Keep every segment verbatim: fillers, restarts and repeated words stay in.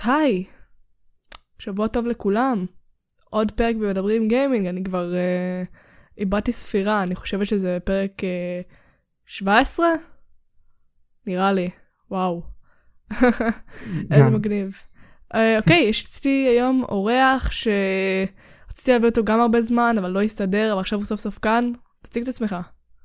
היי, שבוע טוב לכולם. עוד פרק במדברים גיימינג, אני כבר uh, איבדתי ספירה, אני חושבת שזה פרק uh, שבע עשרה? נראה לי, וואו. איזה מגניב. Uh, אוקיי, יש אצלי היום אורח שרציתי להביא אותו גם הרבה זמן, אבל לא הסתדר, אבל עכשיו הוא סוף סוף כאן. תציג את עצמך.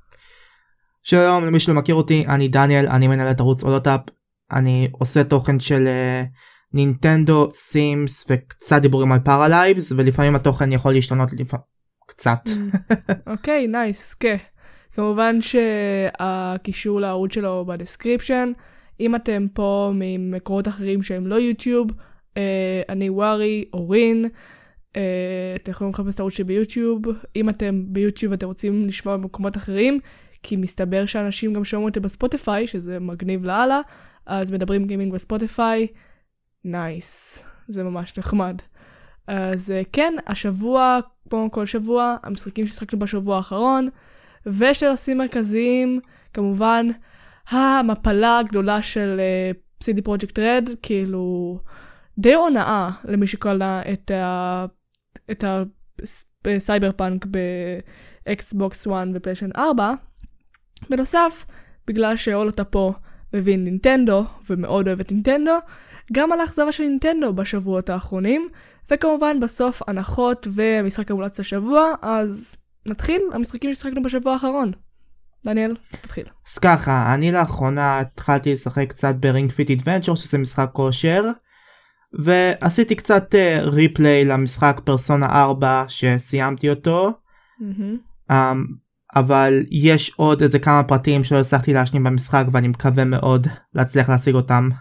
שלום, למי שלא מכיר אותי, אני דניאל, אני מנהל את ערוץ אולוטאפ. אני עושה תוכן של uh, נינטנדו, סימס וקצת דיבורים על פארלייבס, ולפעמים התוכן יכול להשתנות לפ... קצת. אוקיי, נייס, כן. כמובן שהקישור לערוץ שלו בדסקריפשן. אם אתם פה ממקורות אחרים שהם לא יוטיוב, אה, אני ווארי, אורין, אה, אתם יכולים לחפש את הערוץ שלי ביוטיוב. אם אתם ביוטיוב אתם רוצים לשמוע במקומות אחרים, כי מסתבר שאנשים גם שומעים אותי בספוטיפיי, שזה מגניב לאללה, אז מדברים גיימינג בספוטיפיי, נייס, זה ממש נחמד. אז כן, השבוע, כמו כל שבוע, המשחקים ששחקנו בשבוע האחרון, ושל נושאים מרכזיים, כמובן, המפלה הגדולה של uh, סי די Projekt Red, כאילו, די הונאה למי שקולנה את ה... את הסייבר פאנק באקסבוקס אחת ופלייסטיישן ארבע. בנוסף, בגלל שאולוטה פה מבין נינטנדו, ומאוד אוהב את נינטנדו, גם על האכזבה של נינטנדו בשבועות האחרונים, וכמובן בסוף הנחות ומשחק המולץ השבוע, אז נתחיל המשחקים ששחקנו בשבוע האחרון. דניאל, תתחיל. אז ככה, אני לאחרונה התחלתי לשחק קצת ברינג פיט אדוונצ'ר, שזה משחק כושר, ועשיתי קצת uh, ריפליי למשחק פרסונה ארבע שסיימתי אותו, mm-hmm. um, אבל יש עוד איזה כמה פרטים שלא הצלחתי להשלים במשחק, ואני מקווה מאוד להצליח להשיג אותם.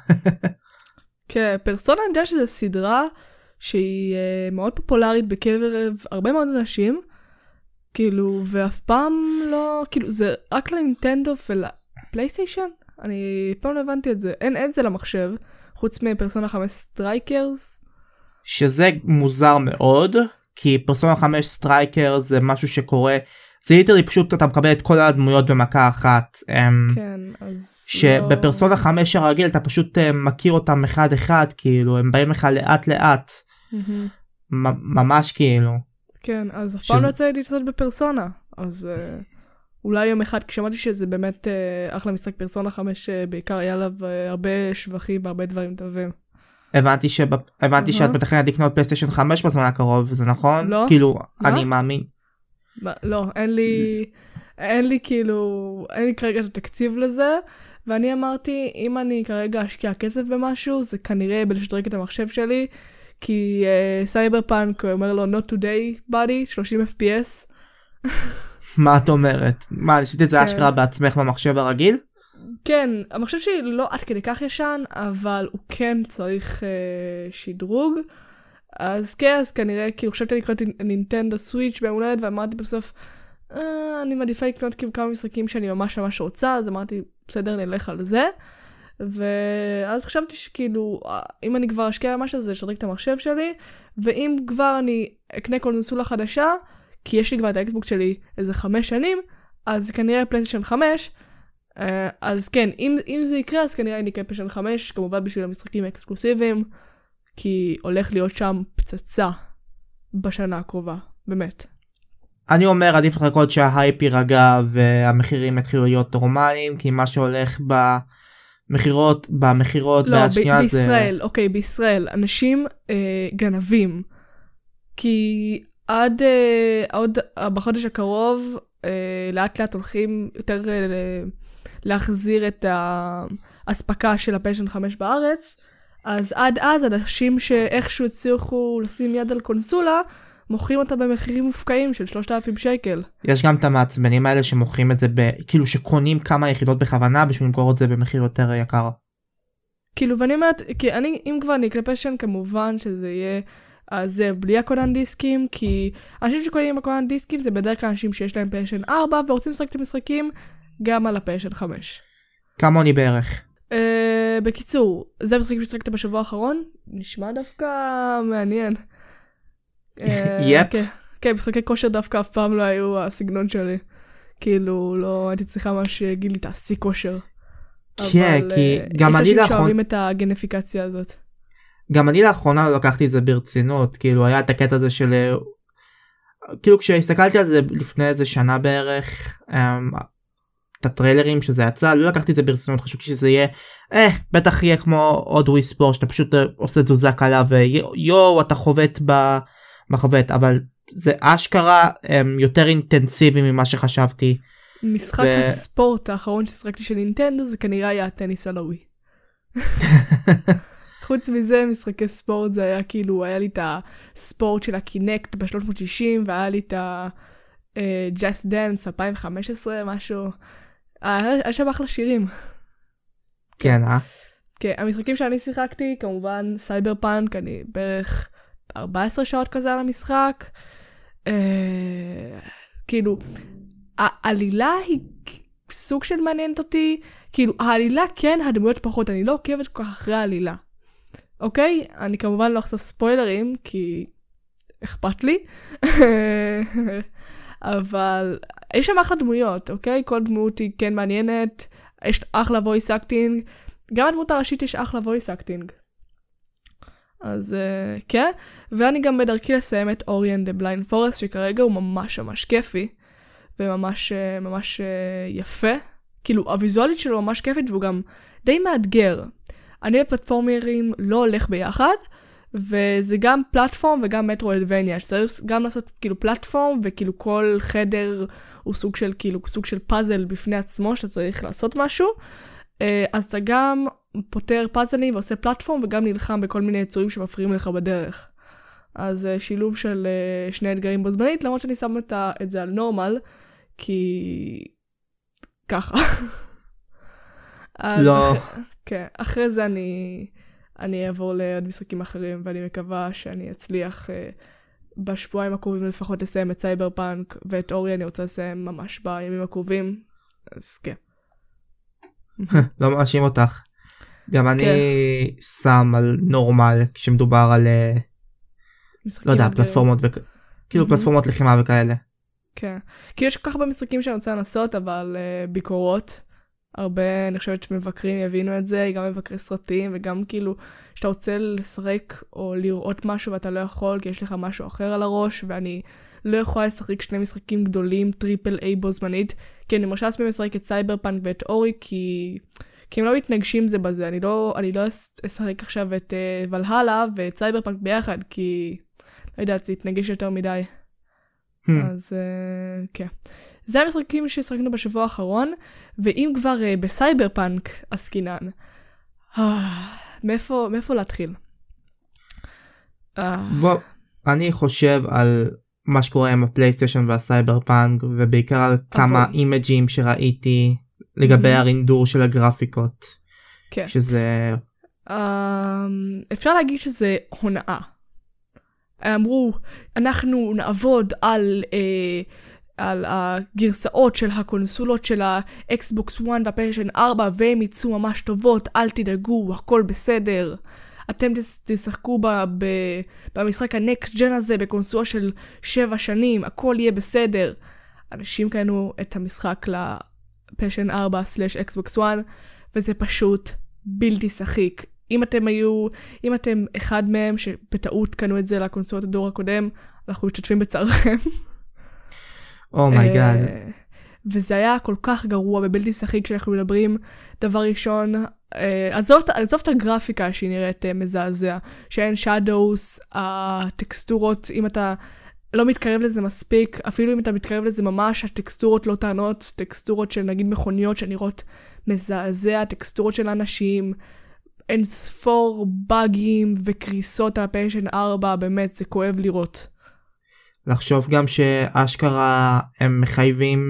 כן, פרסונה אני יודע שזו סדרה שהיא uh, מאוד פופולרית בקרב הרבה מאוד אנשים, כאילו, ואף פעם לא, כאילו, זה רק לנינטנדו ולפלייסטיישן? אני פעם לא הבנתי את זה. אין את זה למחשב, חוץ מפרסונה חמש סטרייקרס. שזה מוזר מאוד, כי פרסונה חמש סטרייקר זה משהו שקורה, זה ליטרלי פשוט אתה מקבל את כל הדמויות במכה אחת. כן, אז... שבפרסונה חמש הרגיל אתה פשוט מכיר אותם אחד אחד, כאילו, הם באים לך לאט לאט. ממש כאילו. כן, אז אף פעם לא יצא לי לעשות בפרסונה, אז uh, אולי יום אחד, כשאמרתי שזה באמת uh, אחלה משחק פרסונה חמש, uh, בעיקר היה עליו uh, הרבה שבחים והרבה דברים טובים. הבנתי, שבא, הבנתי uh-huh. שאת מתכננת לקנות פלייסטיישן חמש בזמן הקרוב, זה נכון? לא. כאילו, מה? אני מאמין. לא, לא, אין לי, אין לי כאילו, אין לי כרגע את התקציב לזה, ואני אמרתי, אם אני כרגע אשקיע כסף במשהו, זה כנראה בלשדרג את המחשב שלי, כי סייבר פאנק אומר לו not today buddy, שלושים אף פי אס. מה את אומרת? מה, עשית את זה אשכרה בעצמך במחשב הרגיל? כן, המחשב שלי לא עד כדי כך ישן, אבל הוא כן צריך שדרוג. אז כן, אז כנראה, כאילו חשבתי לקנות נינטנדו סוויץ' בהולדת, ואמרתי בסוף, אני מעדיפה לקנות כאילו כמה משחקים שאני ממש ממש רוצה, אז אמרתי, בסדר, נלך על זה. ואז חשבתי שכאילו, אם אני כבר אשקיע משהו, זה לשדרג את המחשב שלי, ואם כבר אני אקנה קונסולה חדשה, כי יש לי כבר את האקסבוקס שלי איזה חמש שנים, אז כנראה פלייסטיישן חמש, אז כן, אם, אם זה יקרה, אז כנראה אני אקנה פלייסטיישן חמש, כמובן בשביל המשחקים האקסקלוסיביים, כי הולך להיות שם פצצה בשנה הקרובה, באמת. אני אומר, עדיף לחכות שההייפ יירגע, והמחירים יתחילו להיות נורמליים, כי מה שהולך ב... מחירות, במחירות, לא, ביד שנייה ב- בישראל, זה... אוקיי, בישראל, אנשים אה, גנבים, כי עד, אה, עוד, בחודש הקרוב, אה, לאט לאט הולכים יותר אה, להחזיר את ההספקה של הפלייסטיישן חמש בארץ, אז עד אז אנשים שאיכשהו הצליחו לשים יד על קונסולה, מוכרים אותה במחירים מופקעים של שלושת אלפים שקל. יש גם את המעצבנים האלה שמוכרים את זה, ב... כאילו שקונים כמה יחידות בכוונה בשביל למכור את זה במחיר יותר יקר. כאילו, ואני אומרת, כי אני, אם כבר אני אקנה פלייסטיישן, כמובן שזה יהיה, אז זה בלי הקונן דיסקים, כי אנשים שקונים עם הקונן דיסקים זה בדרך כלל אנשים שיש להם פלייסטיישן ארבע, ורוצים לשחק את המשחקים גם על הפלייסטיישן חמש. כמה עוני בערך? Uh, בקיצור, זה משחקים ששחקת בשבוע האחרון, נשמע דווקא מעניין. יפ. כן, משחקי כושר דווקא אף פעם לא היו הסגנון שלי. כאילו, לא הייתי צריכה מה שיגיד לי, תעשי כושר. כן, כי גם אני יש אנשים לאחרונה... שאוהבים את הגניפיקציה הזאת. גם אני לאחרונה לא לקחתי את זה ברצינות, כאילו היה את הקטע הזה של, כאילו כשהסתכלתי על זה לפני איזה שנה בערך, את הטריילרים שזה יצא, לא לקחתי את זה ברצינות, חשבתי שזה יהיה, אה, בטח יהיה כמו עוד ווי ספורט, שאתה פשוט עושה תזוזה קלה ויו, אתה חובט בחובט, אבל זה אשכרה יותר אינטנסיבי ממה שחשבתי. משחק ו... הספורט האחרון ששחקתי של נינטנדו זה כנראה היה הטניס על הווי. חוץ מזה משחקי ספורט זה היה כאילו, היה לי את הספורט של הקינקט ב-שלוש מאות שישים והיה לי את ה-Just Dance אלפיים וחמש עשרה משהו. היה שם אחלה שירים. כן, אה? כן, המשחקים שאני שיחקתי כמובן סייבר פאנק, אני בערך ארבע עשרה שעות כזה על המשחק. כאילו העלילה היא סוג של מעניינת אותי, כאילו העלילה כן, הדמויות פחות, אני לא עוקבת כל כך אחרי העלילה. אוקיי? אני כמובן לא אחשוף ספוילרים, כי אכפת לי. אבל יש שם אחלה דמויות, אוקיי? כל דמות היא כן מעניינת, יש אחלה voice acting, גם הדמות הראשית יש אחלה voice acting. אז uh, כן, ואני גם בדרכי לסיים את אורי אנד דה בליינד פורסט, שכרגע הוא ממש ממש כיפי, וממש ממש יפה. כאילו, הוויזואלית שלו ממש כיפית, והוא גם די מאתגר. אני בפלטפורמרים לא הולך ביחד, וזה גם פלטפורם וגם מטרואידבניה, שצריך גם לעשות כאילו פלטפורם, וכאילו כל חדר הוא סוג של כאילו סוג של פאזל בפני עצמו, שצריך לעשות משהו. אז אתה גם פותר פאזלים ועושה פלטפורם, וגם נלחם בכל מיני יצורים שמפריעים לך בדרך. אז שילוב של שני אתגרים בו זמנית, למרות שאני שם את זה על נורמל, כי ככה. לא. אחרי, כן, אחרי זה אני, אני אעבור לעוד משחקים אחרים, ואני מקווה שאני אצליח uh, בשבועיים הקרובים לפחות לסיים את סייבר פאנק, ואת אורי אני רוצה לסיים ממש בימים הקרובים, אז כן. לא מאשים אותך. גם אני שם על נורמל, כשמדובר על, לא יודע, פלטפורמות, כאילו פלטפורמות לחימה וכאלה. כן, כי יש כל כך הרבה משחקים שאני רוצה לנסות, אבל ביקורות, הרבה, אני חושבת שמבקרים יבינו את זה, גם מבקרי סרטים, וגם כאילו, שאתה רוצה לשחק או לראות משהו ואתה לא יכול, כי יש לך משהו אחר על הראש, ואני לא יכולה לשחק שני משחקים גדולים, טריפל איי בו זמנית, כי אני מרשה לעצמי לשחק את סייבר פאנק ואת אורי, כי... כי הם לא מתנגשים זה בזה, אני לא, אני לא אשחק עכשיו את uh, ולהלה ואת סייבר פאנק ביחד, כי לא יודעת, זה יתנגש יותר מדי. Hmm. אז uh, כן. זה המשחקים ששחקנו בשבוע האחרון, ואם כבר uh, בסייבר פאנק עסקינן, uh, מאיפה, מאיפה להתחיל? Uh... בוא, אני חושב על מה שקורה עם הפלייסטיישן והסייבר פאנק, ובעיקר על כמה אבל... אימג'ים שראיתי, לגבי הרינדור של הגרפיקות. כן. שזה... אפשר להגיד שזה הונאה. אמרו, אנחנו נעבוד על, על הגרסאות של הקונסולות של האקסבוקס וואן והפלייסטיישן ארבע, והם יצאו ממש טובות, אל תדאגו, הכל בסדר. אתם תשחקו במשחק הנקסט ג'ן הזה, בקונסולה של שבע שנים, הכל יהיה בסדר. אנשים קנו את המשחק ל... פלייסטיישן ארבע סלש אקסבוקס וואן, וזה פשוט בלתי שחיק. אם אתם היו, אם אתם אחד מהם שבטעות קנו את זה לקונסולות הדור הקודם, אנחנו משתתפים בצערכם. אומייגאד. וזה היה כל כך גרוע ובלתי שחיק כשאנחנו מדברים. דבר ראשון, עזוב, עזוב את הגרפיקה שהיא נראית מזעזע, שאין shadows, הטקסטורות, אם אתה לא מתקרב לזה מספיק, אפילו אם אתה מתקרב לזה ממש, הטקסטורות לא טענות, טקסטורות של נגיד מכוניות שנראות מזעזע, טקסטורות של אנשים, אין ספור בגים וקריסות על הפלייסטיישן ארבע, באמת זה כואב לראות. לחשוב גם שאשכרה הם מחייבים,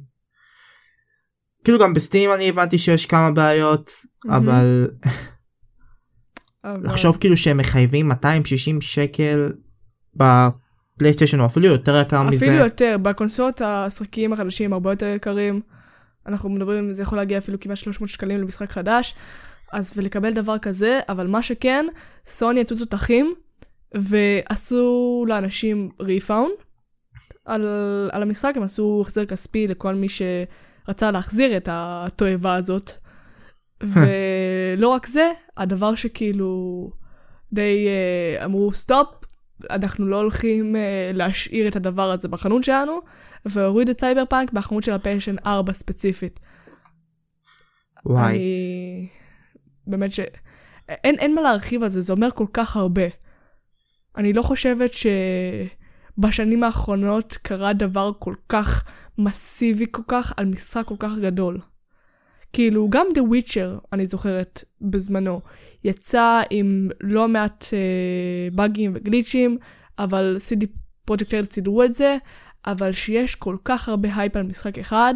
כאילו גם בסטים אני הבנתי שיש כמה בעיות, mm-hmm. אבל... אבל לחשוב כאילו שהם מחייבים מאתיים ושישים שקל ב... פלייסטיישן הוא אפילו יותר יקר מזה. אפילו יותר, בקונסולות השחקים החדשים הרבה יותר יקרים. אנחנו מדברים, זה יכול להגיע אפילו כמעט שלוש מאות שקלים למשחק חדש. אז ולקבל דבר כזה, אבל מה שכן, סוני יצאו תותחים, ועשו לאנשים ריפאונד על, על המשחק, הם עשו החזר כספי לכל מי שרצה להחזיר את התועבה הזאת. ולא רק זה, הדבר שכאילו די uh, אמרו סטופ, אנחנו לא הולכים uh, להשאיר את הדבר הזה בחנות שלנו, והוריד את סייבר פאנק בחנות של הפלייסטיישן ארבע ספציפית. וואי. אני... באמת ש... אין, אין מה להרחיב על זה, זה אומר כל כך הרבה. אני לא חושבת שבשנים האחרונות קרה דבר כל כך מסיבי כל כך על משחק כל כך גדול. כאילו, גם The Witcher, אני זוכרת, בזמנו, יצא עם לא מעט אה, בגים וגליצ'ים, אבל סי די Projekt Red סידרו את זה, אבל שיש כל כך הרבה הייפ על משחק אחד,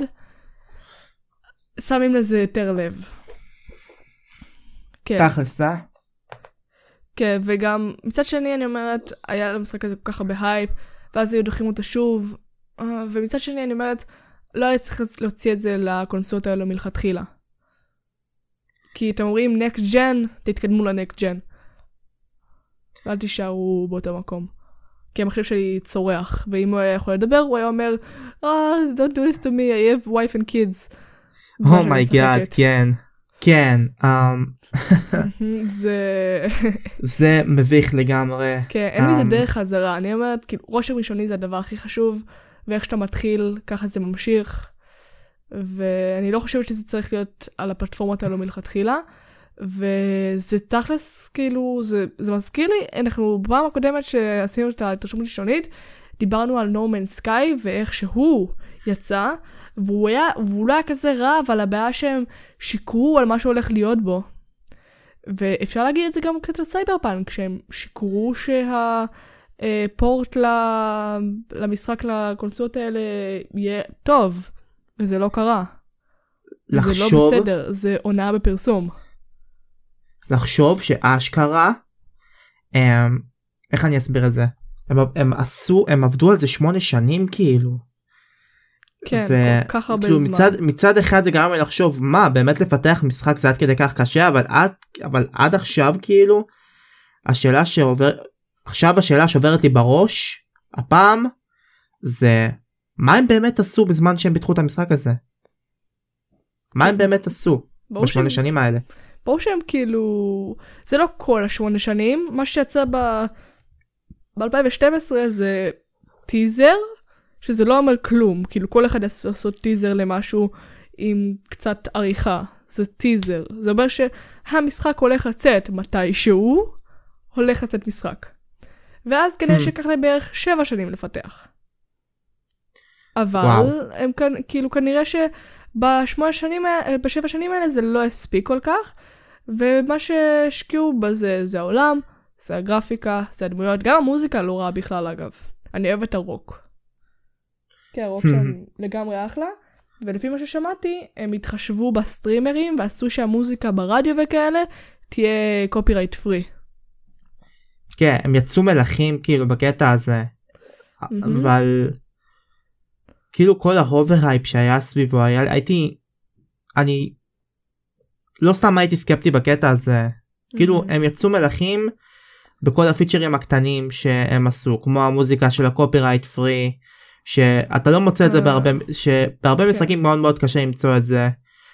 שמים לזה יותר לב. כן. תכלס, אה? כן, וגם מצד שני אני אומרת, היה למשחק הזה כל כך הרבה הייפ, ואז היו דוחים אותו שוב, ומצד שני אני אומרת, לא היה צריך להוציא את זה לקונסולות האלו מלכתחילה. כי אתם אומרים נקסט ג'ן, תתקדמו לנקסט ג'ן. ואל תישארו באותו מקום. כי המחשב שלי צורח, ואם הוא היה יכול לדבר, הוא היה אומר, ah, don't do this to me, I have wife and kids. Oh my god, כן. כן. זה... זה מביך לגמרי. כן, אין מזה דרך חזרה. אני אומרת, כאילו, ראש הראשוני זה הדבר הכי חשוב, ואיך שאתה מתחיל, ככה זה ממשיך. ואני לא חושבת שזה צריך להיות על הפלטפורמות האלו מלכתחילה. וזה תכלס, כאילו, זה, זה מזכיר לי, אנחנו בפעם הקודמת שעשינו את התרשמות ראשונית, דיברנו על No Man's Sky, ואיך שהוא יצא, והוא היה, והוא לא היה כזה רע, אבל הבעיה שהם שיקרו על מה שהולך להיות בו. ואפשר להגיד את זה גם קצת על סייברפאנק, שהם שיקרו שהפורט למשחק לקונסולות האלה יהיה טוב, וזה לא קרה. לחשוב, זה לא בסדר, זה עונה בפרסום. לחשוב שאשכרה, הם, איך אני אסביר את זה? הם, הם עשו, הם עבדו על זה שמונה שנים כאילו. כן, ו- כל כך הרבה כאילו זמן. מצד, מצד אחד זה גרם לי לחשוב, מה, באמת לפתח משחק זה עד כדי כך קשה, אבל עד, אבל עד עכשיו כאילו, השאלה שעובר, עכשיו השאלה שעוברת לי בראש, הפעם, זה, מה הם באמת עשו בזמן שהם פיתחו את המשחק הזה? מה הם באמת עשו בשמונה שנים האלה? ברור שהם כאילו, זה לא כל השמונה שנים, מה שיצא ב-אלפיים ושתים עשרה זה טיזר, שזה לא אומר כלום, כאילו כל אחד יעשה לעשות טיזר למשהו עם קצת עריכה, זה טיזר, זה אומר שהמשחק הולך לצאת מתישהו, הולך לצאת משחק. ואז כנראה שיקח להם בערך שבע שנים לפתח. אבל הם כאילו כנראה שבשמונה שנים, בשבע שנים האלה זה לא הספיק כל כך, ומה שהשקיעו בזה זה העולם, זה הגרפיקה, זה הדמויות, גם המוזיקה לא רעה בכלל אגב. אני אוהב את הרוק. כן, הרוק שם לגמרי אחלה, ולפי מה ששמעתי, הם התחשבו בסטרימרים, ועשו שהמוזיקה ברדיו וכאלה תהיה קופירייט פרי. כן, הם יצאו מלכים כאילו בקטע הזה, אבל כאילו כל ההובר-הייפ שהיה סביבו, היה, הייתי, אני לא סתם הייתי סקפטי בקטע הזה, כאילו הם יצאו מלכים בכל הפיצ'רים הקטנים שהם עשו, כמו המוזיקה של הקופירייט פרי, שאתה לא מוצא את זה בהרבה, שבהרבה משחקים מאוד מאוד קשה למצוא את זה.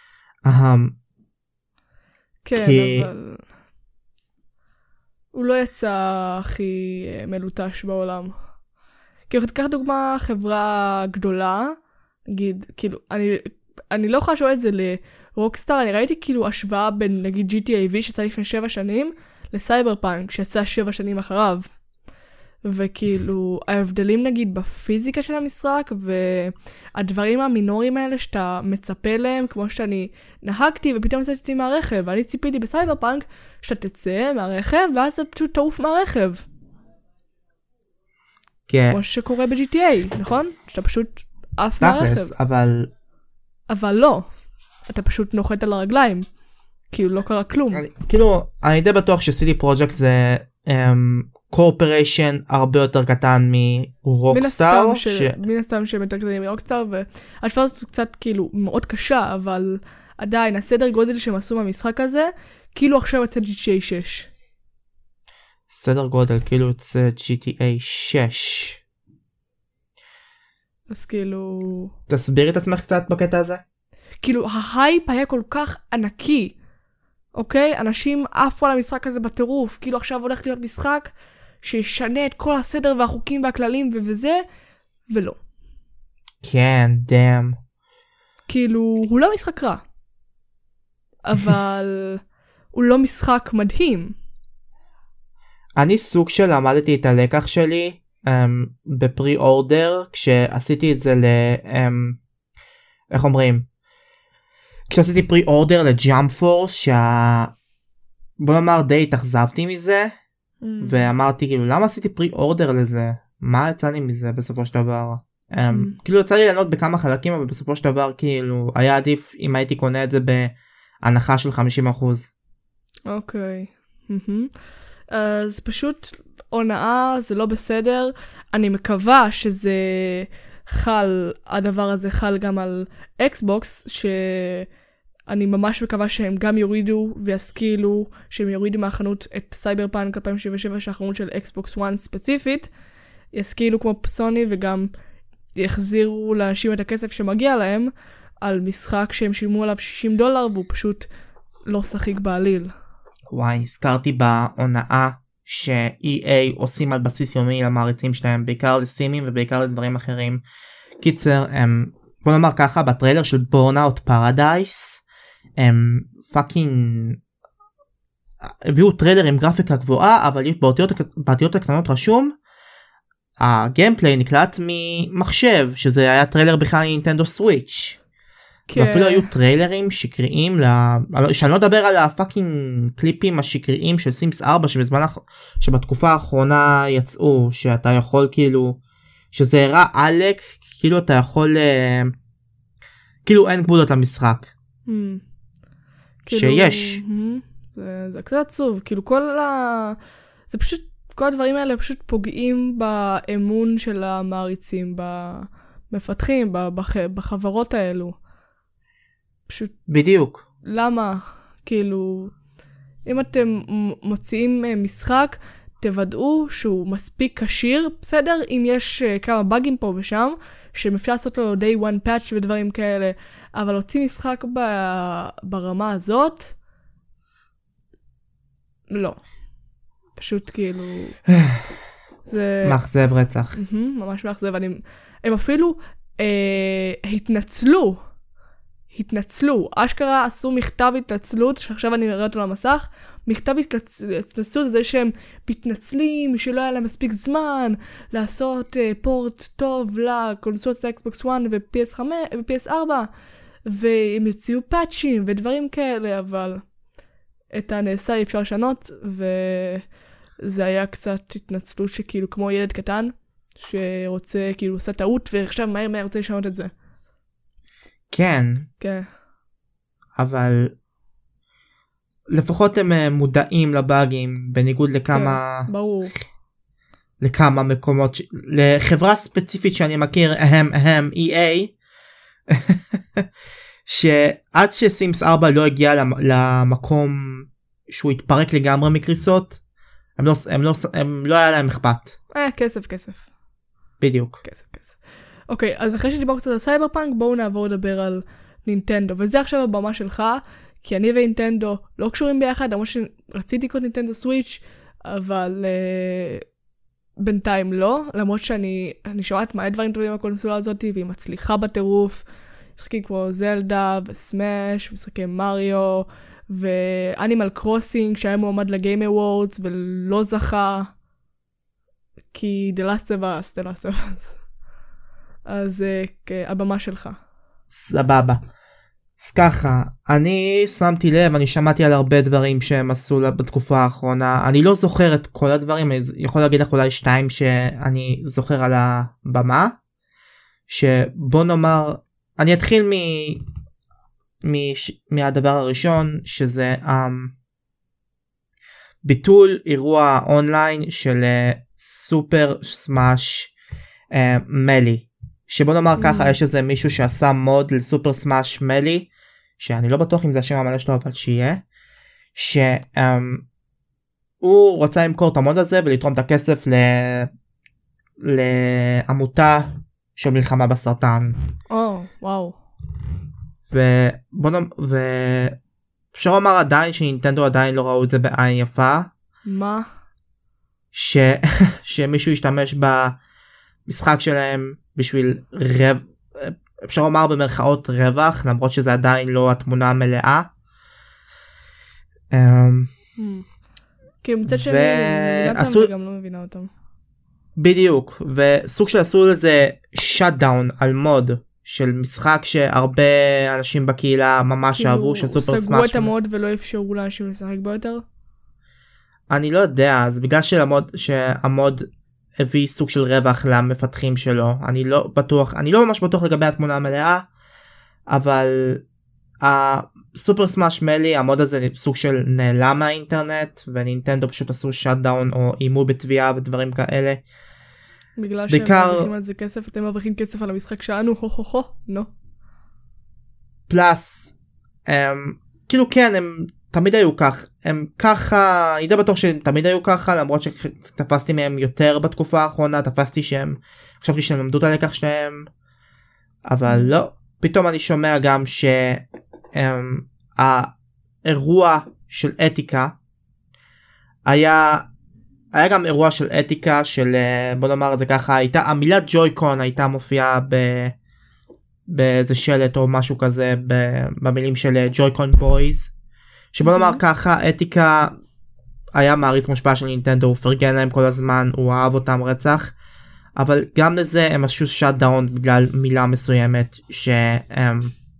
כן, אבל הוא לא יצא הכי מלוטש בעולם. כאילו, תיקח דוגמה חברה גדולה, נגיד, כאילו, אני, אני לא יכולה לשאול את זה לרוקסטאר, אני ראיתי כאילו השוואה בין, נגיד, ג'י טי איי וי שיצא לפני שבע שנים, לסייבר פאנק שיצא שבע שנים אחריו. וכאילו, ההבדלים נגיד בפיזיקה של המשחק, והדברים המינוריים האלה שאתה מצפה להם, כמו שאני נהגתי ופתאום יצאתי מהרכב, ואני ציפיתי בסייבר פאנק שאתה תצא מהרכב, ואז זה פשוט תעוף מהרכב. כן. כמו שקורה ב-ג'י טי איי, נכון? שאתה פשוט עף מהרכב. תכלס, אבל... אבל לא. אתה פשוט נוחת על הרגליים. כאילו, לא קרה כלום. אני, כאילו, אני די בטוח ש-סי די Projekt זה קורפוריישן um, הרבה יותר קטן מרוקסטאר. ש... מן הסתם שהם יותר קטנים מרוקסטאר, והשפעה הזאת קצת כאילו מאוד קשה, אבל עדיין, הסדר גודל שהם עשו מהמשחק הזה, כאילו עכשיו יוצא ג'י טי איי שש. סדר גודל, כאילו יוצא ג'י טי איי שש. אז כאילו... תסביר את עצמך קצת בקטע הזה? כאילו, ההייפ היה כל כך ענקי. אוקיי? אנשים עפו על המשחק הזה בטירוף, כאילו עכשיו הולך להיות משחק שישנה את כל הסדר והחוקים והכללים ו- וזה, ולא. כן, דאם. כאילו, הוא לא משחק רע. אבל הוא לא משחק מדהים. אני סוג של למדתי את הלקח שלי um, בפרי אורדר, כשעשיתי את זה ל... Um, איך אומרים? כשעשיתי פרי אורדר לג'אמפ פורס, שה... בוא נאמר די התאכזבתי מזה, mm. ואמרתי כאילו למה עשיתי פרי אורדר לזה? מה יצא לי מזה בסופו של דבר? Um, mm. כאילו יצא לי לענות בכמה חלקים, אבל בסופו של דבר כאילו היה עדיף אם הייתי קונה את זה בהנחה של חמישים אחוז. אוקיי. Mm-hmm. אז פשוט הונאה, זה לא בסדר. אני מקווה שזה חל, הדבר הזה חל גם על אקסבוקס, שאני ממש מקווה שהם גם יורידו וישכילו, שהם יורידו מהחנות את סייבר פאנק אלפיים שבעים ושבע, שהחנות של אקסבוקס וואן ספציפית, ישכילו כמו סוני וגם יחזירו לאנשים את הכסף שמגיע להם, על משחק שהם שילמו עליו שישים דולר, והוא פשוט לא שחיק בעליל. וואי, נזכרתי בהונאה ש-אי איי עושים על בסיס יומי למעריצים שלהם, בעיקר לסימים ובעיקר לדברים אחרים. קיצר, הם, בוא נאמר ככה, בטריילר של בורנאוט פרדייס, הם פאקינג הביאו טריילר עם גרפיקה גבוהה, אבל באותיות הקטנות רשום, הגיימפליי נקלט ממחשב, שזה היה טריילר בכלל נינטנדו סוויץ'. ואפילו היו טריילרים שקריים, שאני לא אדבר על הפאקינג קליפים השקריים של סימס ארבע שבזמן, שבתקופה האחרונה יצאו, שאתה יכול כאילו, שזה הראה עלק, כאילו אתה יכול, כאילו אין גבולות למשחק. שיש. זה קצת עצוב, כאילו כל ה... זה פשוט, כל הדברים האלה פשוט פוגעים באמון של המעריצים, במפתחים, בחברות האלו. פשוט... בדיוק. למה? כאילו, אם אתם מוציאים משחק, תוודאו שהוא מספיק קשיר, בסדר? אם יש כמה באגים פה ושם, שאפשר לעשות לו day one patch ודברים כאלה, אבל להוציא משחק ב... ברמה הזאת, לא. פשוט כאילו... זה... מאכזב רצח. ממש מאכזב. אני... הם אפילו אה, התנצלו. התנצלו. אשכרה עשו מכתב התנצלות, שעכשיו אני אראה אותו למסך, מכתב התנצלות זה שהם מתנצלים, שלא היה להם מספיק זמן לעשות uh, פורט טוב לקונסולת אקסבוקס וואן ו-פי אס חמש ו-פי אס ארבע, והם יוציאו פאצ'ים ודברים כאלה, אבל את הנעשה אי אפשר לשנות, וזה היה קצת התנצלות שכאילו כמו ילד קטן, שרוצה כאילו עושה טעות, ועכשיו מהר מהר רוצה לשנות את זה. כן. כן. אבל לפחות הם מודעים לבאגים, בניגוד לכמה... כן, ברור. לכמה מקומות, ש... לחברה ספציפית שאני מכיר, אהם, אהם, אי איי, שעד שסימס ארבע לא הגיע למקום שהוא התפרק לגמרי מקריסות, הם לא, הם לא, הם לא היה להם אכפת. אה, כסף, כסף. בדיוק. כסף, כסף. אוקיי, אז אחרי שדיברנו קצת על סייבר פאנק, בואו נעבור לדבר על נינטנדו, וזה עכשיו הבמה שלך, כי אני ונינטנדו לא קשורים ביחד, למרות שרציתי לקנות נינטנדו סוויץ', אבל uh, בינתיים לא, למרות שאני אני שומעת מלא דברים טובים בקונסולה הזאת, והיא מצליחה בטירוף, משחקים כמו זלדה וסמאש, משחקי מריו, ואנימל קרוסינג שהיה מועמד לגיים אוורדס ולא זכה, כי The Last of Us, The Last of Us. אז uh, הבמה שלך. סבבה. אז ככה, אני שמתי לב, אני שמעתי על הרבה דברים שהם עשו בתקופה האחרונה, אני לא זוכר את כל הדברים, אני יכול להגיד לך אולי שתיים שאני זוכר על הבמה, שבוא נאמר, אני אתחיל מ... מ... מהדבר הראשון, שזה um, ביטול אירוע אונליין של סופר סמאש מלי. שבוא נאמר mm. ככה, יש איזה מישהו שעשה מוד לסופר סמאש מלי, שאני לא בטוח אם זה השם המלא שלו, אבל שיהיה, שהוא רוצה למכור את המוד הזה ולתרום את הכסף ל... לעמותה של מלחמה בסרטן. או, וואו. ובוא נאמר, אפשר לומר עדיין שנינטנדו עדיין לא ראו את זה בעין יפה. מה? ש... שמישהו ישתמש במשחק שלהם בשביל רב... אפשר לומר במרכאות רווח, למרות שזה עדיין לא התמונה המלאה. כי מצד שני, אני מבינה אותם וגם לא מבינה אותם. בדיוק, וסוג של עשו לזה שאט דאון על מוד של משחק שהרבה אנשים בקהילה ממש אהבו, של סופר סמאש. כאילו סגרו את המוד ולא אפשרו לאנשים לשחק בו יותר? אני לא יודע, זה בגלל שהמוד, שהמוד הביא סוג של רווח למפתחים שלו. אני לא בטוח, אני לא ממש בטוח לגבי התמונה המלאה, אבל הסופר סמאש מלי, המוד הזה סוג של נעלם מהאינטרנט, ונינטנדו פשוט עשו שאט דאון או אימו בתביעה ודברים כאלה. בגלל שהם בעיקר... מרוויחים על זה כסף, אתם מרוויחים כסף על המשחק שלנו, הו הו הו, נו. פלאס, הם, כאילו כן, הם תמיד היו כך, הם ככה, אני די בטוח שהם תמיד היו ככה, למרות שתפסתי מהם יותר בתקופה האחרונה, תפסתי שהם, חשבתי שהם למדו את הלקח שלהם, אבל לא, פתאום אני שומע גם שהאירוע של אתיקה, היה, היה גם אירוע של אתיקה של, בוא נאמר את זה ככה, הייתה, המילה ג'וי-קון הייתה מופיעה ב... באיזה שלט או משהו כזה במילים של ג'וי-קון בויז, שבוא נאמר ככה, אתיקה היה מעריץ מושפע של נינטנדו, הוא פרגן להם כל הזמן, הוא אהב אותם רצח, אבל גם לזה הם עשו שאט דאון בגלל מילה מסוימת שהם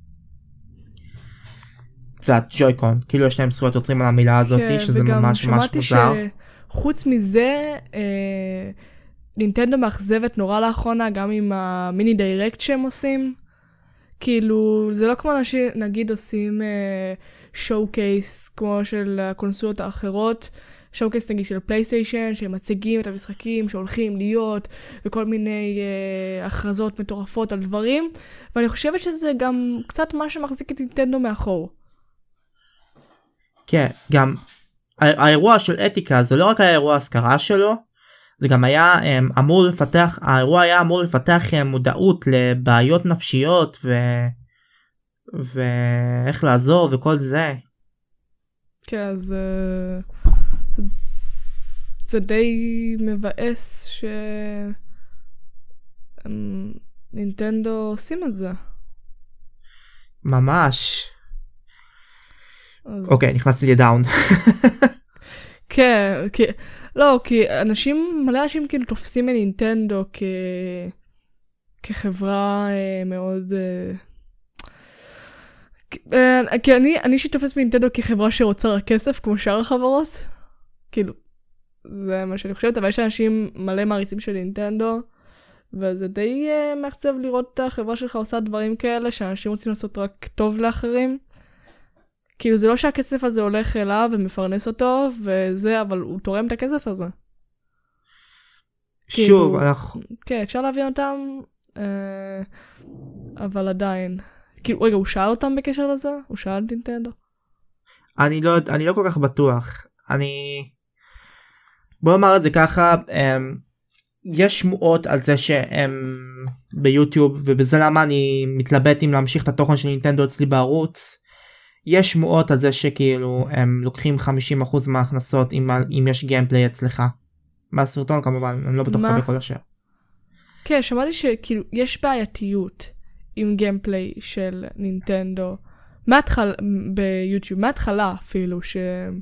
ג'וי-קון, כאילו יש להם זכויות יוצרים על המילה הזאת, שזה ממש ממש מוזר. וגם שמעתי שחוץ מזה אה, נינטנדו מאכזבת נורא לאחרונה גם עם המיני דיירקט שהם עושים, כאילו זה לא כמו אנשים נגיד עושים שואו קייס כמו של הקונסולות האחרות, שואו קייס נגיד של פלייסטיישן שהם מציגים את המשחקים שהולכים להיות וכל מיני uh, הכרזות מטורפות על דברים, ואני חושבת שזה גם קצת מה שמחזיק את נינטנדו מאחור. כן, גם האירוע של אתיקה זה לא רק האירוע ההזכרה שלו, זה גם היה um, אמור לפתח, האירוע היה אמור לפתח um, מודעות לבעיות נפשיות ו... ואיך לעזור וכל זה. כן, אז uh, זה, זה די מבאס ש... um, נינטנדו עושים את זה. ממש. אז... אוקיי, נכנסתי לי דאון. כן, כי... לא, כי אנשים, מלא אנשים כאילו תופסים מנינטנדו כ... כחברה אה, מאוד... אה... אה, כי אני, אני שתופס מנינטנדו כחברה שרוצה רק כסף, כמו שאר החברות. כאילו, זה מה שאני חושבת, אבל יש אנשים מלא מעריצים של נינטנדו, וזה די אה, מעצב לראות את החברה שלך עושה דברים כאלה, שאנשים רוצים לעשות רק טוב לאחרים. כאילו זה לא שהכסף הזה הולך אליו ומפרנס אותו וזה, אבל הוא תורם את הכסף הזה. שוב, כאילו, אנחנו... כן, אפשר להבין אותם, אה, אבל עדיין. כאילו, רגע, הוא שאל אותם בקשר לזה? הוא שאל נינטנדו? אני לא, אני לא כל כך בטוח. אני... בוא נאמר את זה ככה, הם... יש שמועות על זה שהם ביוטיוב, ובזה למה אני מתלבט אם להמשיך את התוכן של נינטנדו אצלי בערוץ. יש שמועות על זה שכאילו הם לוקחים חמישים אחוז מההכנסות אם, אם יש גיימפליי אצלך. מהסרטון כמובן, אני לא בטוח לגבי כל השאר. כן, שמעתי שכאילו יש בעייתיות עם גיימפליי של נינטנדו, מהתחלה, ביוטיוב, מהתחלה אפילו, ש...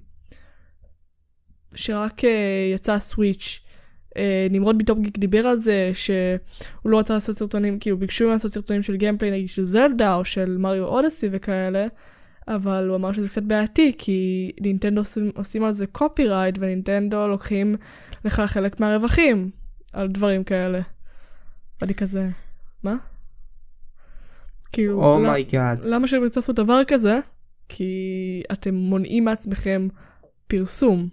שרק uh, יצא סוויץ'. Uh, נמרוד ביטופגיק דיבר על זה שהוא לא רצה לעשות סרטונים, כאילו ביקשו לעשות סרטונים של גיימפליי נגיד של זלדה או של מריו אודסי וכאלה, אבל הוא אמר שזה קצת בעייתי, כי נינטנדו עושים, עושים על זה קופירייט, ונינטנדו לוקחים לך חלק מהרווחים על דברים כאלה. ואני כזה, מה? כאילו, אומייגאד. למה שאני רוצה לעשות דבר כזה? כי אתם מונעים מעצמכם פרסום.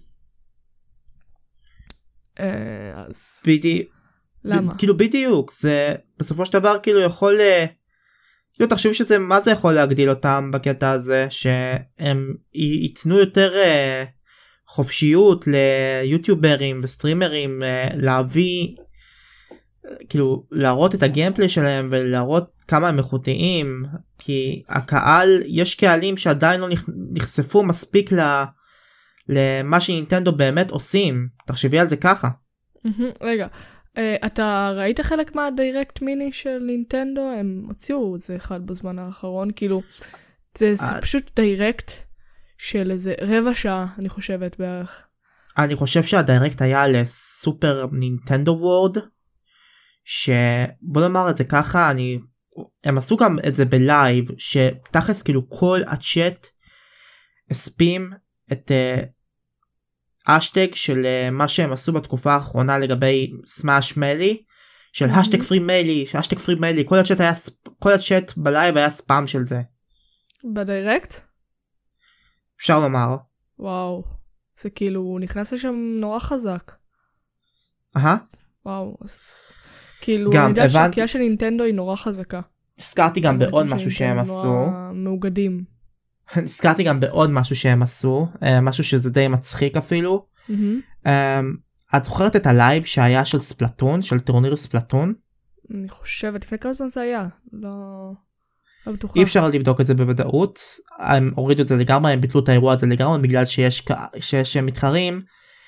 אז... בדיוק. למה? כאילו בדיוק, זה בסופו של דבר כאילו יכול... כאילו תחשבי שזה, מה זה יכול להגדיל אותם בקטע הזה, שהם ייתנו יותר uh, חופשיות ליוטיוברים וסטרימרים uh, להביא, כאילו להראות את הגיימפלי שלהם ולהראות כמה הם איכותיים, כי הקהל, יש קהלים שעדיין לא נחשפו מספיק ל, למה שנינטנדו באמת עושים. תחשבי על זה ככה. רגע, אתה ראית חלק מהדיירקט מיני של נינטנדו? הם הוציאו את זה אחד בזמן האחרון, כאילו זה פשוט דיירקט של איזה רבע שעה, אני חושבת בערך. אני חושב שהדיירקט היה לסופר נינטנדו וורד, שבוא נאמר את זה ככה, אני, הם עשו גם את זה בלייב, שתכלס כאילו כל הצ'אט הספים את אשטג uh, של uh, מה שהם עשו בתקופה האחרונה לגבי סמאש מלי, של השטג פרי מלי, השטג פרי מלי, כל הצ'אט היה, כל הצ'אט בלייב היה ספאם של זה. בדיירקט? אפשר לומר. וואו, זה כאילו, הוא נכנס לשם נורא חזק. אהה. וואו, אז... כאילו, אני יודעת שהקהילה של נינטנדו היא נורא חזקה. הזכרתי גם בעוד משהו שהם עשו. מאוגדים. הזכרתי גם בעוד משהו שהם עשו, משהו שזה די מצחיק אפילו. את זוכרת את הלייב שהיה של ספלטון, של טורניר ספלטון? אני חושבת, לפני כמה זמן זה היה. לא... לא בטוחה. אי אפשר לבדוק את זה בוודאות. הם הורידו את זה לגמרי, הם ביטלו את האירוע הזה לגמרי, בגלל שיש, שיש מתחרים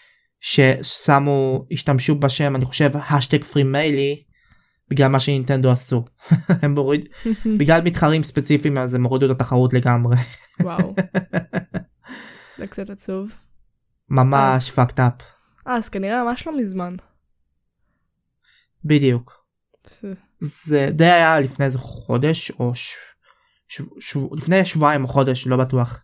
ששמו, השתמשו בשם, אני חושב, השטג פרי מיילי, בגלל מה שנינטנדו עשו. הם מוריד, בגלל מתחרים ספציפיים, אז הם הורידו את התחרות לגמרי. וואו. זה קצת עצוב. ממש fucked up. אז כנראה ממש לא מזמן. בדיוק. זה די היה לפני איזה חודש, או ש... ש... ש... לפני שבועיים או חודש, לא בטוח.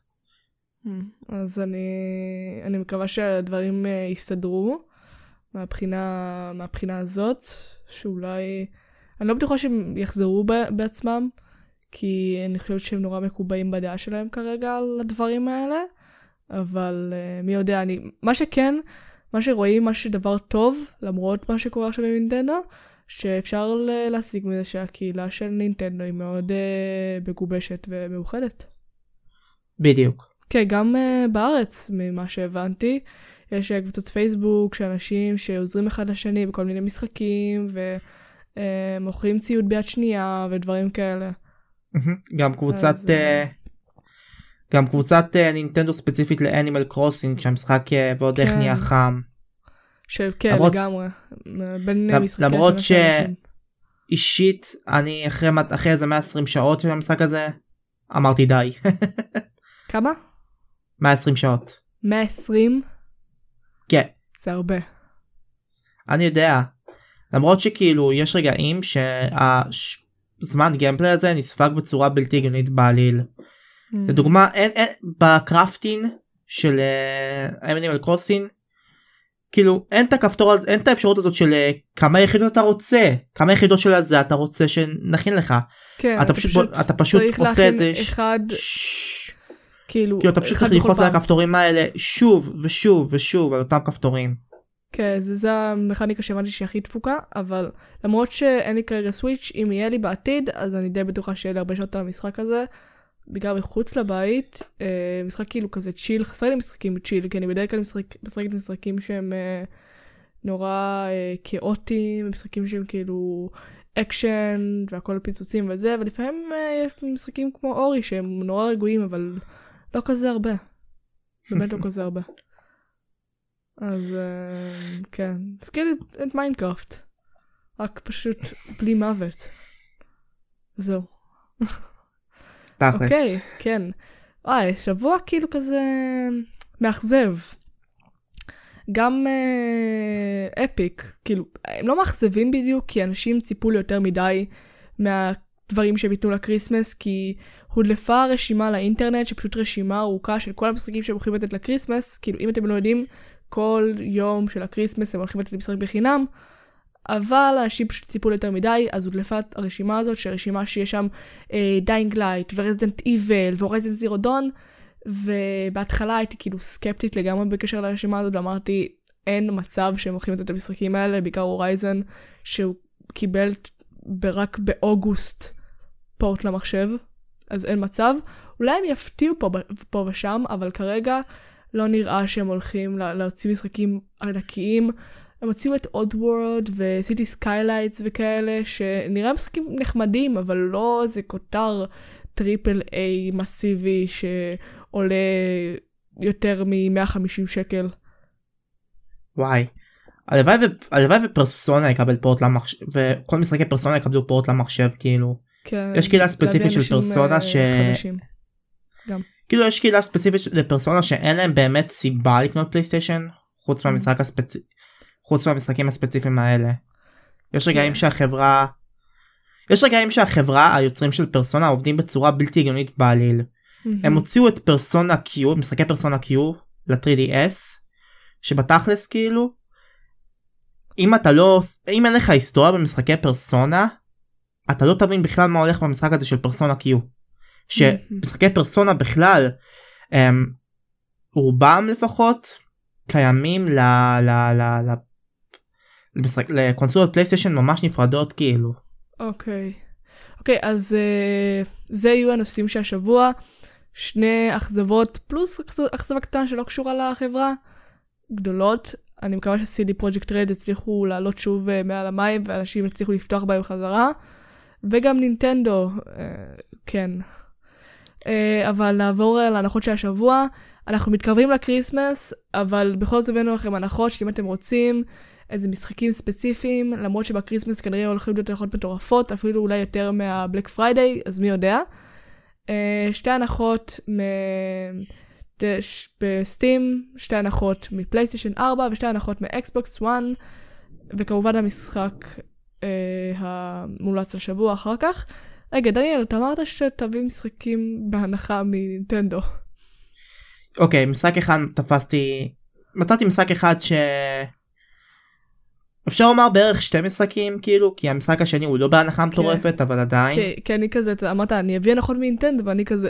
אז אני, אני מקווה שהדברים יסתדרו מהבחינה, מהבחינה הזאת, שאולי, אני לא בטוחה שהם יחזרו בעצמם, כי אני חושבת שהם נורא מקובעים בדעה שלהם כרגע על הדברים האלה, אבל מי יודע, אני, מה שכן, מה שרואים, מה שדבר טוב, למרות מה שקורה עכשיו בנינטנדו, שאפשר להשיג מזה שהקהילה של נינטנדו היא מאוד uh, מגובשת ומאוחדת. בדיוק. כן, גם uh, בארץ, ממה שהבנתי, יש קבוצות פייסבוק שאנשים שעוזרים אחד לשני בכל מיני משחקים, ומוכרים uh, ציוד ביד שנייה ודברים כאלה. גם קבוצת, אז, uh, גם קבוצת uh, נינטנדו ספציפית לאנימל קרוסינג, שהמשחק uh, ועוד איך נהיה חם. שכן, למרות, לגמרי. בין משחקים. למרות שאישית, אני אחרי, אחרי איזה מאה ועשרים שעות של המשחק הזה, אמרתי די. כמה? מאה ועשרים שעות. מאה ועשרים? כן. זה הרבה. אני יודע. למרות שכאילו יש רגעים שהזמן גיימפלי הזה נספק בצורה בלתי הגיונית בעליל. Mm. לדוגמה, אין, אין, בקראפטין של אנימל קרוסינג, כאילו אין את הכפתור, אין את האפשרות הזאת של כמה יחידות אתה רוצה, כמה יחידות של זה אתה רוצה שנכין לך. כן, אתה פשוט, פשוט, אתה פשוט עושה את זה, אחד, ש... כאילו, כאילו אתה פשוט צריך ללחוץ על הכפתורים האלה שוב ושוב ושוב על אותם כפתורים. כן, זה, זה המכניקה שהבנתי שהיא הכי דפוקה, אבל למרות שאין לי כרגע סוויץ', אם יהיה לי בעתיד, אז אני די בטוחה שיהיה לי הרבה שעות על המשחק הזה, בגלל מחוץ לבית, אה, משחק כאילו כזה צ'יל, חסר לי משחקים צ'יל, כי אני בדרך כלל משחק, משחקת משחקים שהם אה, נורא אה, כאוטיים, משחקים שהם כאילו אקשן והכל פיצוצים וזה, ולפעמים אה, יש משחקים כמו אורי שהם נורא רגועים, אבל לא כזה הרבה. באמת לא כזה הרבה. אז אה, כן, מזכיר את מיינקראפט. רק פשוט בלי מוות. זהו. אוקיי, כן. וואי, שבוע כאילו כזה מאכזב. גם אה, אפיק, כאילו, הם לא מאכזבים בדיוק, כי אנשים ציפו לי יותר מדי מהדברים שהם ייתנו לקריסמס, כי הודלפה רשימה לאינטרנט, שפשוט רשימה ארוכה של כל המשחקים שהם הולכים לתת לקריסמס, כאילו אם אתם לא יודעים, כל יום של הקריסמס הם הולכים לתת משחק בחינם, אבל אנשים פשוט ציפו יותר מדי, אז הודלפה הרשימה הזאת, שהרשימה שיש שם דיינג לייט ורזידנט איבל והורייזן זירו דון, ובהתחלה הייתי כאילו סקפטית לגמרי בקשר לרשימה הזאת, ואמרתי, אין מצב שהם הולכים לתת את המשחקים האלה, בעיקר הורייזן, שהוא קיבל רק באוגוסט פורט למחשב, אז אין מצב. אולי הם יפתיעו פה, פה ושם, אבל כרגע לא נראה שהם הולכים להוציא משחקים ענקיים, הם הוציאו את Oddworld ו-City Skylines וכאלה, שנראה משחקים נחמדים, אבל לא איזה כותר טריפל איי מסיבי שעולה יותר מ-מאה וחמישים שקל. וואי. הלוואי ו- הלוואי ופרסונה יקבל פורט למחשב, וכל משחקי פרסונה יקבלו פורט למחשב, כאילו. כן, יש קהילה ספציפית של פרסונה ש... חדשים. גם. כאילו יש קהילה ספציפית לפרסונה שאין להם באמת סיבה לקנות פלייסטיישן, חוץ מהמשחק הספצ... חוץ מהמשחקים הספציפיים האלה. יש רגעים שהחברה... יש רגעים שהחברה, היוצרים של פרסונה, עובדים בצורה בלתי הגיונית בעליל. הם הוציאו את פרסונה Q, משחקי פרסונה Q, ל-תרי די אס, שבתכלס כאילו, אם אתה לא... אם אין לך היסטוריה במשחקי פרסונה, אתה לא תבין בכלל מה הולך במשחק הזה של פרסונה Q. שמשחקי פרסונה בכלל, הם, רובם לפחות, קיימים ל... ל... ל... ל... למשחק... לקונסולות פלייסטיישן ממש נפרדות כאילו. אוקיי. אוקיי, אז uh, זה יהיו הנושאים שהשבוע. שני אכזבות פלוס אכזבה קטנה שלא קשורה לחברה. גדולות. אני מקווה ש-סי די Projekt Red הצליחו לעלות שוב uh, מעל המים, ואנשים הצליחו לפתוח בהם חזרה. וגם נינטנדו, uh, כן. Uh, אבל נעבור להנחות של השבוע. אנחנו מתקרבים לקריסמס, אבל בכל זאת הבאנו לכם הנחות שאם אתם רוצים, איזה משחקים ספציפיים, למרות שבקריסמס כנראה הולכים להיות הנחות מטורפות, אפילו אולי יותר מהבלק פריידיי, אז מי יודע. Uh, שתי הנחות מ- בסטים, שתי הנחות מפלייסטיישן ארבע, ושתי הנחות מאקסבוקס וואן, וכמובן המשחק uh, המומלץ לשבוע אחר כך. רגע, דניאל, אתה אמרת שתביא משחקים בהנחה מנינטנדו. אוקיי, okay, משחק אחד תפסתי, מצאתי משחק אחד ש... אפשר לומר בערך שתי משחקים כאילו, כי המשחק השני הוא לא בהנחה מטורפת, אבל עדיין. כי אני כזה, אמרת, אני אביא הנחות מנינטנדו, ואני כזה,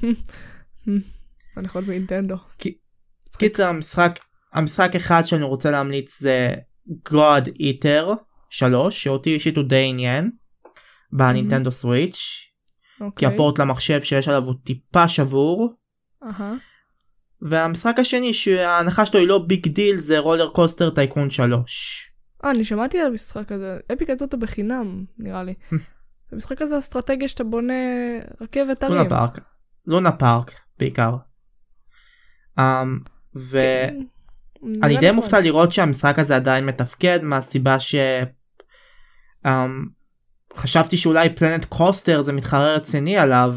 הנחות מנינטנדו. קיצר, המשחק, המשחק אחד שאני רוצה להמליץ זה God Eater שלוש, שאותי אישית הוא די עניין, בנינטנדו סוויץ', כי הפורט למחשב שיש עליו הוא טיפה שבור. אהה. והמשחק השני שההנחה שלו היא לא ביג דיל זה רולר קוסטר טייקון שלוש. אה, אני שמעתי על המשחק הזה. אפיק עשו אותו בחינם, נראה לי. המשחק הזה אסטרטגיה שאתה בונה רכבת הרים. לונה פארק. לונה פארק, בעיקר. ואני די מופתע לראות שהמשחק הזה עדיין מתפקד, מהסיבה ש... חשבתי שאולי פלנט קוסטר זה מתחרה רציני עליו.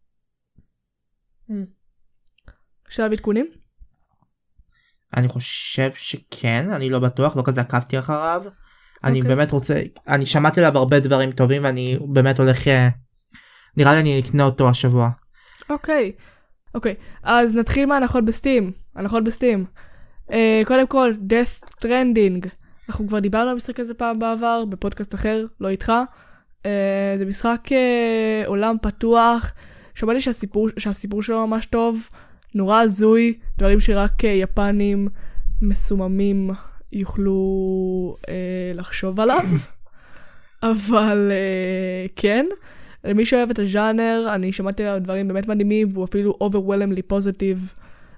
שלב עדכונים? אני חושב שכן, אני לא בטוח, לא כזה עקבתי אחריו. אני באמת רוצה, אני שמעתי עליו הרבה דברים טובים ואני באמת הולך, נראה לי אני אקנה אותו השבוע. אוקיי, אוקיי, אז נתחיל מהנחות בסטים, הנחות בסטים. קודם כל, Death Stranding, אנחנו כבר דיברנו על המשחק הזה פעם בעבר, בפודקאסט אחר, לא איתך. זה משחק עולם פתוח, שמעתי שהסיפור, שהסיפור שלו ממש טוב, נורא הזוי, דברים שרק יפנים מסוממים יוכלו אה, לחשוב עליו. אבל אה, כן, למי שאוהב את הז'אנר, אני שמעתי עליו דברים באמת מדהימים, והוא אפילו overwhelmingly positive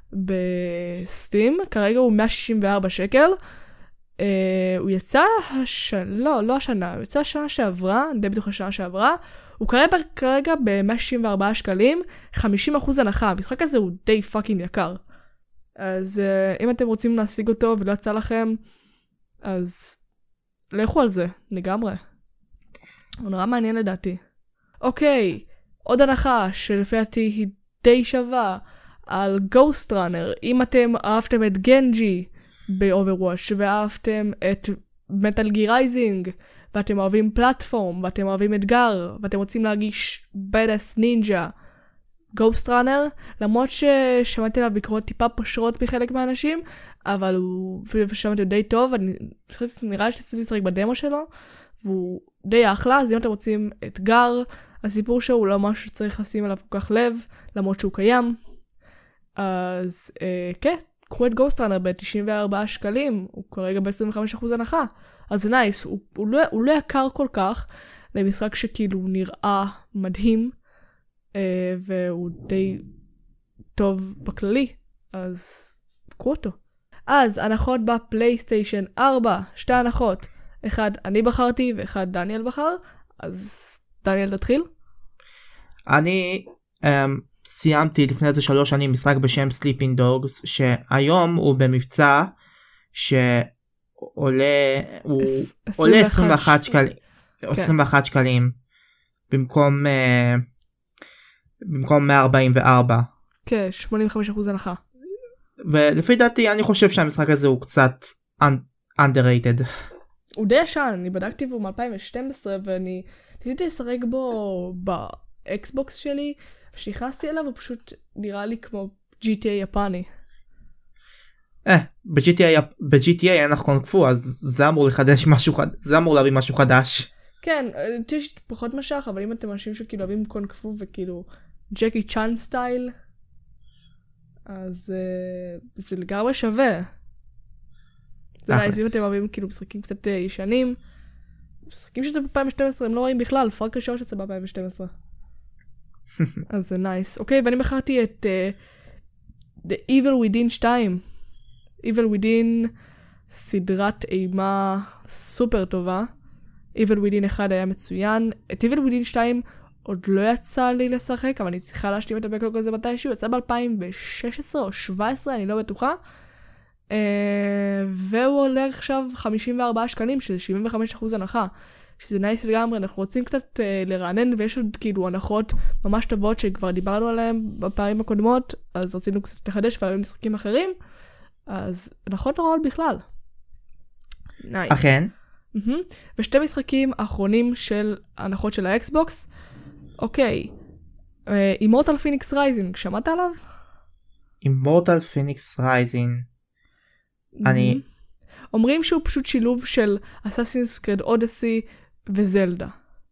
בסטים. כרגע הוא מאה שישים וארבע שקל. אה, הוא יצא השנה, לא, לא השנה, הוא יצא השנה שעברה, די בדיוק השנה שעברה. הוא כרגע, כרגע ב-מאה שישים וארבעה שקלים, חמישים אחוז הנחה. המשחק הזה הוא די פאקינג יקר. אז uh, אם אתם רוצים להשיג אותו ולא יצא לכם, אז לכו על זה, לגמרי. הוא נורא מעניין לדעתי. אוקיי, עוד הנחה שלפי דעתי היא די שווה על Ghost Runner. אם אתם אהבתם את גנג'י ב-Overwatch ואהבתם את Metal Gear Rising, ואתם אוהבים פלטפורם, ואתם אוהבים אתגר, ואתם רוצים להרגיש badass ninja, Ghost Runner, למרות ששמעתי עליו ביקורות טיפה פושרות מחלק מהאנשים, אבל הוא, שמעתי הוא די טוב, אני, נראה לי שניסיתי לשחק בדמו שלו, והוא די אחלה, אז אם אתם רוצים אתגר, הסיפור שהוא לא משהו שצריך לשים עליו כל כך לב, למרות שהוא קיים, אז אה, כן, קחו את Ghost Runner ב-תשעים וארבעה שקלים, הוא כרגע ב-עשרים וחמישה אחוז הנחה, אז זה נייס, הוא, הוא, לא, הוא לא יקר כל כך, למשחק שכאילו נראה מדהים, אה, והוא די טוב בכללי, אז קחו אותו. אז הנחות בפלייסטיישן ארבע, שתי הנחות. אחד אני בחרתי ואחד דניאל בחר, אז דניאל תתחיל. אני um, סיימתי לפני איזה שלוש שנים משחק בשם Sleeping Dogs, שהיום הוא במבצע שעולה הוא עולה עשרים ואחת שקלים, עשרים ואחת שקלים במקום uh, במקום מאה ארבעים וארבע. כן, שמונים וחמישה אחוז הנחה. ולפי דעתי אני חושב שהמשחק הזה הוא קצת underrated. הוא די ישן, אני בדקתי בו מ-אלפיים ושתים עשרה ואני ניסיתי לשחק בו באקסבוקס שלי, כשנכנסתי אליו הוא פשוט נראה לי כמו ג'י טי איי יפני. אה, ב-ג'י טי איי אין לך קונג פו, אז זה אמור לחדש משהו, זה אמור להביא משהו חדש. כן, יש פחות משך, אבל אם אתם אנשים שכאילו אוהבים קונג פו וכאילו ג'קי צ'אן סטייל, אז uh, זה לגמרי שווה. זה נייס, אם אתם אוהבים כאילו משחקים קצת uh, ישנים, משחקים שזה ב-אלפיים ושתים עשרה הם לא רואים בכלל, פארק ראשון שזה ב-אלפיים ושתים עשרה. אז זה נייס. אוקיי, ואני בחרתי את uh, The Evil Within שתיים. Evil Within, סדרת אימה סופר טובה. Evil Within אחד היה מצוין. את Evil Within שתיים עוד לא יצא לי לשחק, אבל אני צריכה להשלים את הבקלוג הזה מתישהו. יצא ב-אלפיים ושש עשרה או שבע עשרה, אני לא בטוחה. Uh, והוא עולה עכשיו חמישים וארבעה שקלים, שזה שבעים וחמישה אחוז הנחה. שזה נייס לגמרי, אנחנו רוצים קצת uh, לרענן, ויש עוד כאילו הנחות ממש טובות שכבר דיברנו עליהן בפעמים הקודמות, אז רצינו קצת לחדש ועליהם משחקים אחרים, אז הנחות נוראות בכלל. נייס. אכן. Mm-hmm. ושתי משחקים האחרונים של הנחות של האקסבוקס. אוקיי, uh, Immortal Phoenix Rising, שמעת עליו? Immortal Phoenix Rising. Mm-hmm. אני... אומרים שהוא פשוט שילוב של Assassin's Creed Odyssey וזלדה.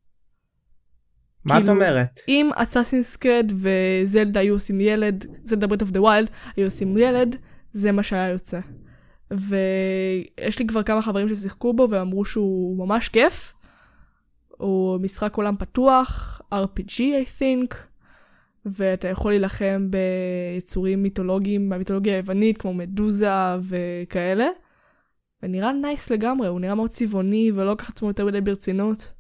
מה את אומרת? אם Assassin's Creed וזלדה היו עושים ילד, זלדה Breath of the Wild היו עושים ילד, זה מה שהיה יוצא. ויש לי כבר כמה חברים ששיחקו בו ואמרו שהוא ממש כיף. הוא משחק עולם פתוח, אר פי ג'י I think, ואתה יכול להילחם ביצורים מיתולוגיים, מהמיתולוגיה היוונית כמו מדוזה וכאלה. ונראה נייס לגמרי, הוא נראה מאוד צבעוני ולא לקח עצמו יותר מדי ברצינות.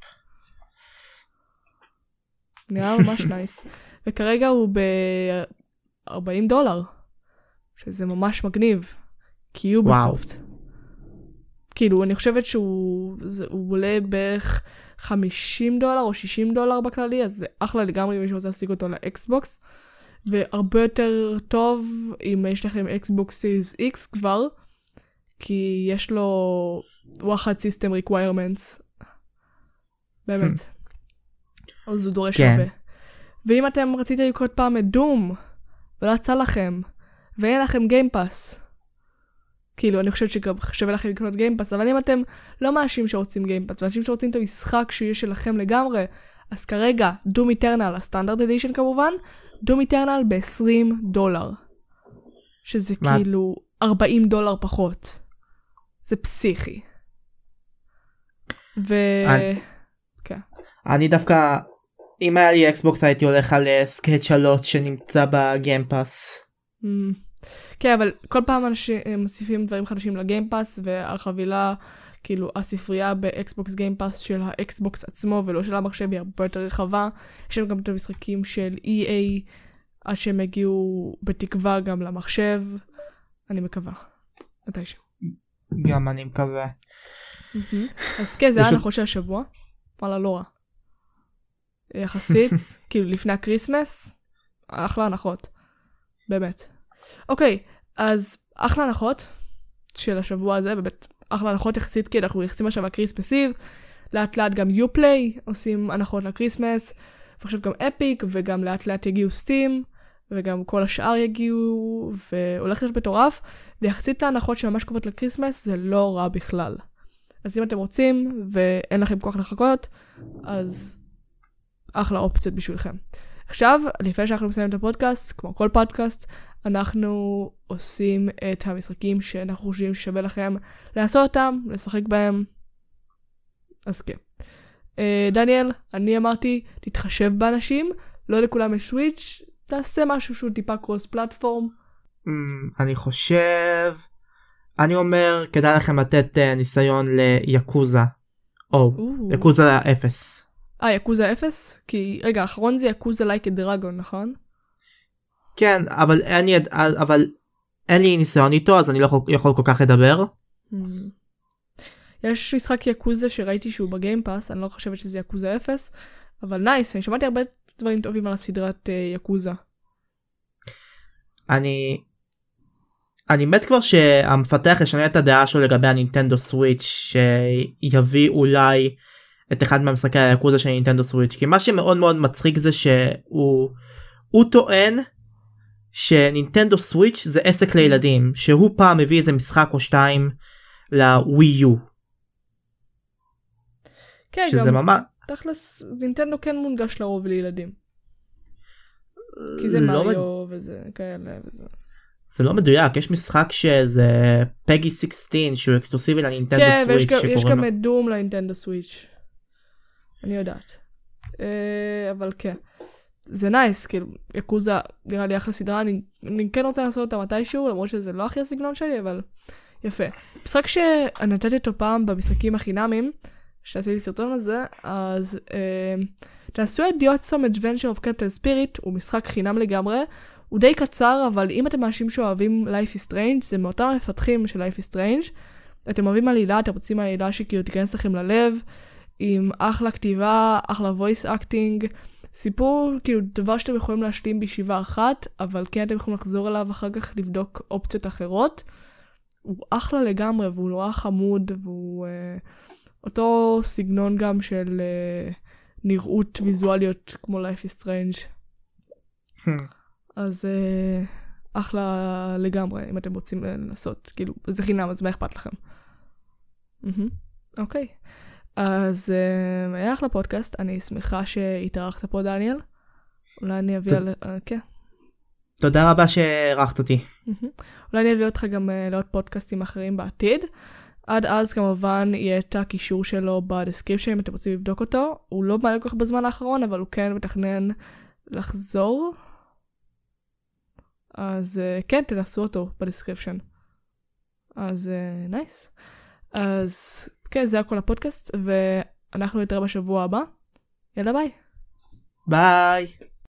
נראה ממש נייס. וכרגע הוא ב-ארבעים דולר, שזה ממש מגניב. כי יוביסופט. כאילו, אני חושבת שהוא זה, הוא עולה בערך חמישים דולר או שישים דולר בכללי, אז זה אחלה לגמרי אם מישהו רוצה להשיג אותו לאקסבוקס. והרבה יותר טוב אם יש לכם אקסבוקס סיריס X כבר, כי יש לו וואחד סיסטם requirements. באמת. אז הוא דורש הרבה. ואם אתם רציתם לקרוא פעם את דום, ולא יצא לכם, ואין לכם גיימפאס, כאילו, אני חושבת שגם שווה לכם לקנות גיימפאס, אבל אם אתם לא מאשים שרוצים גיימפאס, ואנשים שרוצים את המשחק שיהיה שלכם לגמרי, אז כרגע, דום איטרנל, הסטנדרט אדישן כמובן, דום איטרנל ב-עשרים דולר. שזה מה? כאילו ארבעים דולר פחות. זה פסיכי. ו... אני... כן. אני דווקא, אם היה לי אקסבוקס הייתי הולך על סקייט שלוש שנמצא בגיימפאס. Mm. כן, אבל כל פעם אנשים מוסיפים דברים חדשים לגיימפאס, והחבילה, כאילו הספרייה באקסבוקס גיימפאס של האקסבוקס עצמו, ולא של המחשב, היא הרבה יותר רחבה. יש לנו גם את המשחקים של אי איי, עד שהם הגיעו בתקווה גם למחשב. אני מקווה. מתישהו. גם אני מקווה. אז כן, זה היה הנחות של השבוע. וואלה, לא רע. יחסית, כאילו לפני הקריסמס, אחלה הנחות. באמת. אוקיי, אז אחלה הנחות של השבוע הזה, באמת אחלה הנחות יחסית, כי אנחנו יחסים עכשיו לקריסמס איב, לאט לאט גם יופליי עושים הנחות לקריסמס, ועכשיו גם אפיק, וגם לאט לאט יגיעו סטים, וגם כל השאר יגיעו, והולך להיות מטורף, ויחסית להנחות שממש קרובות לקריסמס, זה לא רע בכלל. אז אם אתם רוצים, ואין לכם כוח לחכות, אז אחלה אופציות בשבילכם. עכשיו, לפני שאנחנו מסיימים את הפודקאסט, כמו כל פודקאסט, אנחנו עושים את המשחקים שאנחנו חושבים ששווה לכם לעשות אותם, לשחק בהם. אז כן. דניאל, אני אמרתי, תתחשב באנשים, לא לכולם יש סוויץ', תעשה משהו שהוא טיפה קרוס פלטפורם. אני חושב, אני אומר, כדאי לכם לתת uh, ניסיון ליקוזה, או Ooh. יקוזה אפס. אה, יקוזה אפס? כי, רגע, האחרון זה יקוזה like a dragon, נכון? כן, אבל אין לי, אבל אין לי ניסיון איתו, אז אני לא יכול, יכול כל כך לדבר. Hmm. יש משחק יקוזה שראיתי שהוא בגיימפאס, אני לא חושבת שזה יקוזה אפס, אבל נייס, אני שמעתי הרבה דברים טובים על הסדרת uh, יקוזה. אני... אני מת כבר שהמפתח ישנה את הדעה שלו לגבי הנינטנדו סוויץ', שיביא אולי את אחד מהמשחקי היקוזה של נינטנדו סוויץ', כי מה שמאוד מאוד מצחיק זה שהוא הוא טוען שנינטנדו סוויץ' זה עסק לילדים, שהוא פעם מביא איזה משחק או שתיים לווי יו. כן, שזה גם ממש... תכלס, נינטנדו כן מונגש לרוב לילדים. כי זה לא מריו וזה כאלה וזה. זה לא מדויק, יש משחק שזה פגי שש עשרה שהוא אקסקלוסיבי לנינטנדו כן, סוויץ' ויש יש שקוראים גם לו. את דום לנינטנדו סוויץ'. אני יודעת. אה, אבל כן. זה נייס, כאילו, יקוזה נראה לי אחלה סדרה, אני, אני כן רוצה לעשות אותה מתישהו, למרות שזה לא הכי הסגנון שלי, אבל יפה. משחק שאני נתתי אותו פעם במשחקים החינמים, שעשיתי סרטון לזה, אז אה, תעשו את The Awesome Adventure of Captain Spirit, הוא משחק חינם לגמרי, הוא די קצר, אבל אם אתם אנשים שאוהבים Life is Strange, זה מאותם המפתחים של Life is Strange, אתם אוהבים עלילה, אתם רוצים עלילה שכאילו תיכנס לכם ללב, עם אחלה כתיבה, אחלה voice acting, סיפור, כאילו דבר שאתם יכולים להשלים בישיבה אחת, אבל כן אתם יכולים לחזור אליו אחר כך לבדוק אופציות אחרות. הוא אחלה לגמרי, והוא נורא חמוד, והוא אה, אותו סגנון גם של אה, נראות ויזואליות כמו Life is Strange. אז אה, אחלה לגמרי, אם אתם רוצים לנסות. כאילו, זה חינם, אז מה אכפת לכם? אוקיי. אז uh, היה אחלה פודקאסט, אני שמחה שהתארחת פה דניאל. אולי אני אביא על... Uh, כן. תודה רבה שהערכת אותי. אולי אני אביא אותך גם uh, לעוד פודקאסטים אחרים בעתיד. עד אז כמובן יהיה את הקישור שלו בדסקריפשן אם אתם רוצים לבדוק אותו. הוא לא מעלה כל כך בזמן האחרון, אבל הוא כן מתכנן לחזור. אז uh, כן, תנסו אותו בדסקריפשן. אז נייס. Uh, nice. אז... כן, זה הכל הפודקאסט, ואנחנו נתראה בשבוע הבא. יאללה ביי. ביי.